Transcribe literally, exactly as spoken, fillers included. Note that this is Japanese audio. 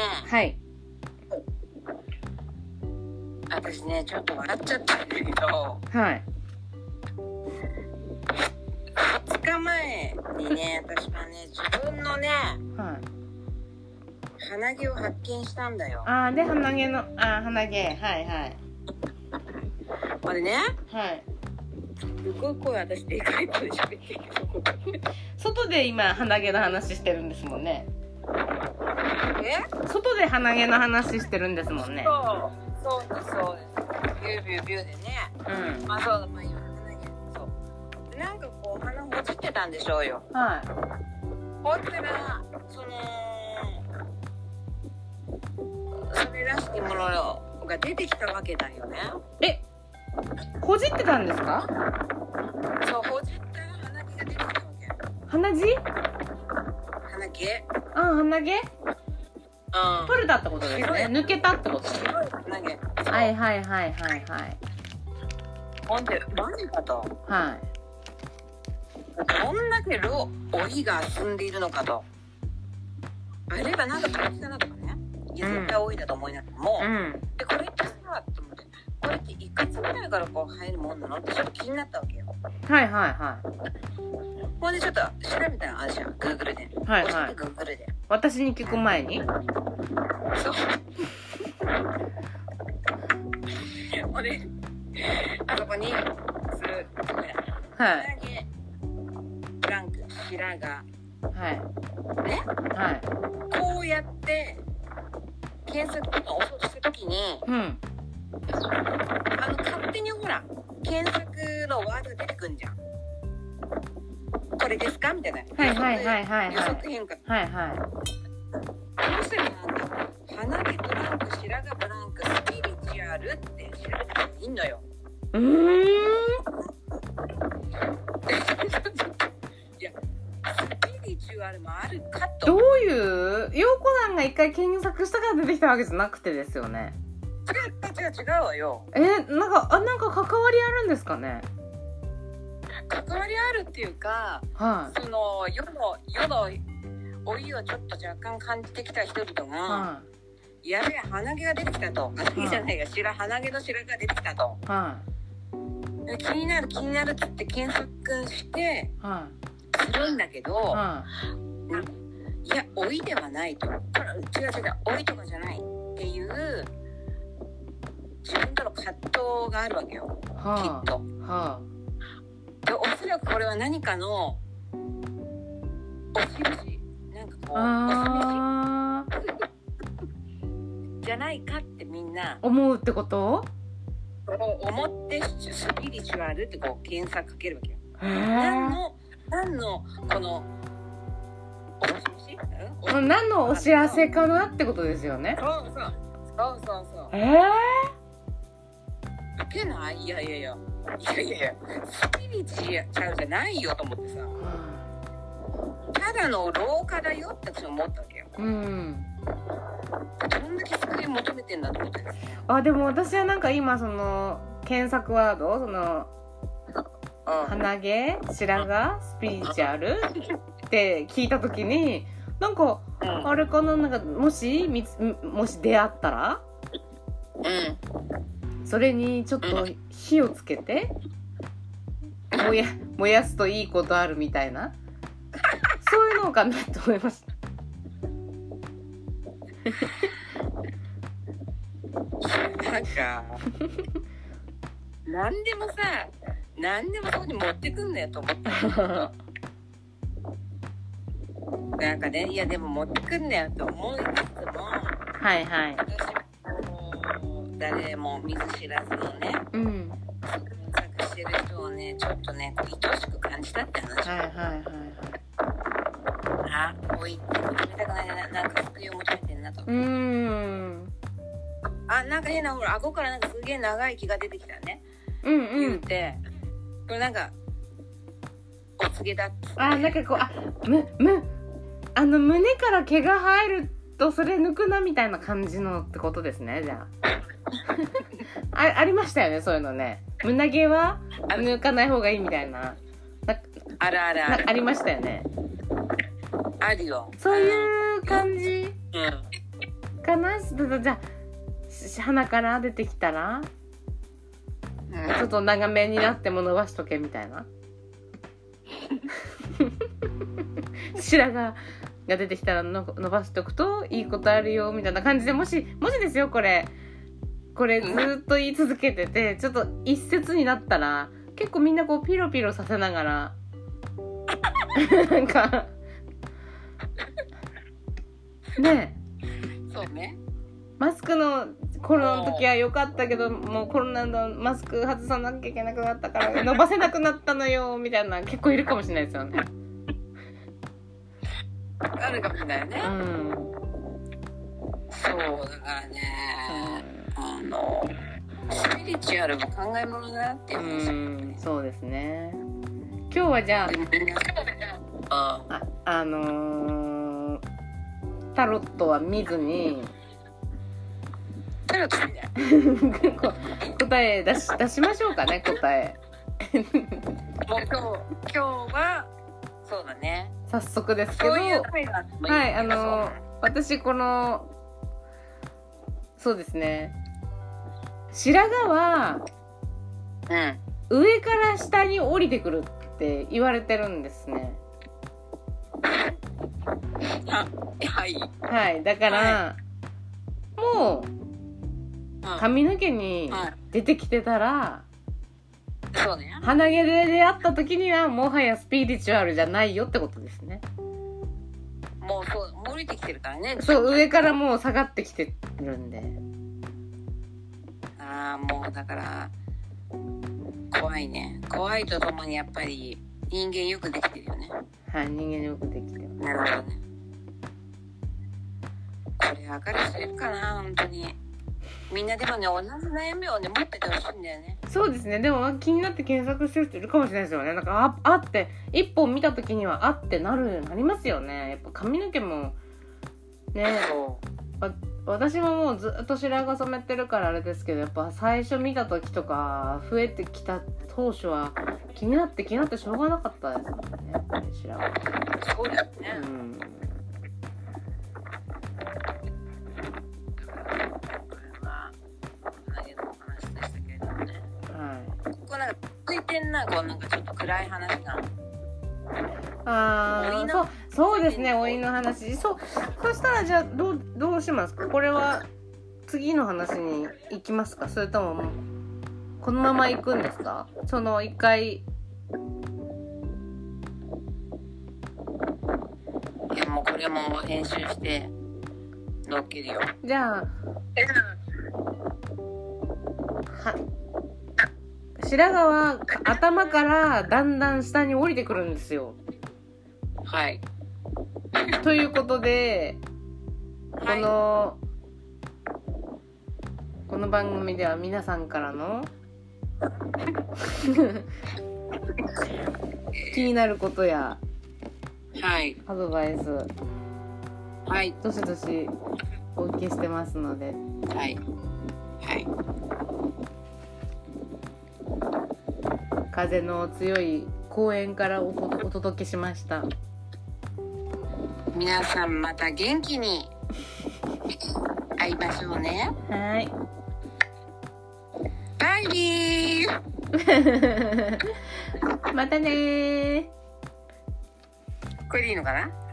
はい。 私ね、ちょっと笑っちゃったんだけど、 はい。 ふつかまえにね、私はね、自分のね、 はい。 鼻毛を発見したんだよ。 あー、で、鼻毛の、あー、鼻毛。はいはい。 あれね、 はい。 すごい声私でかい声で喋ってるけど。 外で今、鼻毛の話してるんですもんね。 え？ 外で鼻毛の話してるんですもんね。 そう、そうです、そうです。ビュービュービューでね。 うん。 まあそうだ、まあ今鼻毛、そう。でなんかこう、鼻ほじってたんでしょうよ。 はい。 ほったら、その、それらしきものが出てきたわけだよね。 え、ほじってたんですか？ そう、ほじったら鼻毛が出てきたわけ。 鼻血？ 鼻毛？ あー、鼻毛？ うん。 取れたってことですね。抜けたってことですね。 白い鼻毛。 はいはいはいはいはい。 ほんで、マジかと。 はい。 どんだけ老いが進んでいるのかと。あればなんか病気かなとかね。いや、絶対老いだと思いながらも。 うん。 で、これってさ、と思って、これっていくつぐらいからこう生えるもんなのってちょっと気になったわけよ。 はいはいはい。 ほんでちょっと調べたらあるじゃん、グーグルで。 はいはい。 教えてグーグルで。 私に聞く前に？ そう。ほんで、あそこに、する、 はい。 鼻毛、ブランク、白髪。 はい。 ね、 はい。 こうやって検索とか押そうとしたときに、 うん。 あの勝手にほら検索のワードが出てくんじゃん。これですかみたいな。 はいはいはいはいはい。 予測変化。 はいはい。 そうしたらなんか鼻毛ブランク、白髪ブランク、スピリチュアルって調べた人がいんのよ。 うーん。 いや、スピリチュアルもあるかと。 どういう陽子さんが一回検索したから出てきたわけじゃなくてですよね。 違う違う違うわよ。 え、なんかあなんか関わりあるんですかね。 関わりあるっていうか、 はい。 その世の世の老いをちょっと若干感じてきた人々が、 はやべえ鼻毛が出てきたと、鼻毛じゃないが、白鼻毛の白髪が出てきたと、 いは気になる気になるって言って検索していはするんだけど、 いはうんいや老いではないと、これ違う違う老いとかじゃないっていう自分との葛藤があるわけよ、 いはきっと。 いはでおそらくこれは何かのお印、なんかこうおあ示じゃないかってみんな思うってこと？ 思ってスピリチュアルってこう検索かけるわけよ。 へ何の何のこのお印、 え。何のお知らせかなってことですよね。 そうそうそうそうそう。 ええいけない？いやいやいやいやいやいやスピリチュアルじゃないよと思ってさ、ただの老化だよって私思ったわけよ。 うん。 どんだけ救い求めてんだと思ったんですね。 あ、でも私はなんか今その検索ワード、そのうん、 鼻毛、白髪、スピリチュアルって聞いたときに、なんか、 うん、 あれかな、なんかもしみつもし出会ったら、 うん、 それにちょっと火をつけて燃や燃やすといいことあるみたいな、そういうのかなと思いました。 なんか何でもさ、何でもそこに持ってくんなよと思ったなんかね、いやでも持ってくんなよと思いつつも、 はいはい。 私も誰も見ず知らずのね、 うん。 検索してる人をね、ちょっとね、こう愛しく感じたって話。 はいはいはいはい。 あ、老いって認めたくないな、なんか救いを求めてんなと。 うーん。 あ、なんか変なほら顎からなんかすげえ長い毛が出てきたね。 うんうん。 言うて、これなんかお告げだっつって。 あ、なんかこう、あ、むむあの胸から毛が生えるとそれ抜くなみたいな感じのってことですね、じゃあ。あ, ありましたよね、そういうのね。胸毛は抜かない方がいいみたいな。なあるあるある。 ありましたよね。 あるよ。 そういう感じ。 うん。 かな。じゃあ鼻から出てきたら、うん、ちょっと長めになっても伸ばしとけみたいな白髪が出てきたらの伸ばしとくといいことあるよみたいな感じで、もしもしですよ、これこれずっと言い続けてて、ちょっと一説になったら結構みんなこうピロピロさせながらなんかねえ、そうね、 マスクのコロナの時は良かったけど、もうコロナのマスク外さなきゃいけなくなったから伸ばせなくなったのよみたいな結構いるかもしれないですよね。 あるかもしれないね。 うん。 そうだからね、うん、あのスピリチュアルも考え物だなっていう話、うん、 そうですね。今日はじゃあ、あ、あのー、タロットは見ずにタロット見ない答え出し出しましょうかね、答え。 もう今日今日はそうだね。 早速ですけど、 はい、 あの私このそうですね、白髪は、うん、上から下に降りてくるって言われてるんですね。 はいはい、だから、はい、もう髪の毛に出てきてたら、 そうね、 鼻毛で出会った時にはもはやスピリチュアルじゃないよってことですね。 もうそう降りてきてるからね。 そう上からもう下がってきてるんで。 ああもうだから怖いね。怖いとともにやっぱり人間よくできてるよね。 はい、人間よくできてる。 なるほどね。これ分かる人いるかな本当に。みんなでもね同じ悩みをね持っててほしいんだよね。 そうですね。でも気になって検索してる人いるかもしれないですよね。なんかああって一本見た時にはあってなるなりますよね。やっぱ髪の毛もね。わ私ももうずっと白髪染めてるからあれですけど、やっぱ最初見た時とか増えてきた当初は気になって気になってしょうがなかったですもんね。やっぱり白髪。 そうだよね。うん。こうなんかついてんな、こうなんかちょっと暗い話が。 ああ、そうそうですね、おいの話。そう、そしたらじゃあどうどうしますか。これは次の話に行きますか、それとももうこのまま行くんですか。その一回。いやもうこれも編集して載っけるよ。 じゃあ。は。白髪は頭からだんだん下に降りてくるんですよ。 はい。 ということで、この、はい、この番組では皆さんからの気になることや、 はい、 アドバイス、 はい、 どしどしお受けしてますので、 はい、はい。 風の強い公園から お, お届けしました。 皆さんまた元気に会いましょうね。 はい。 バイビーまたねー。 これでいいのかな。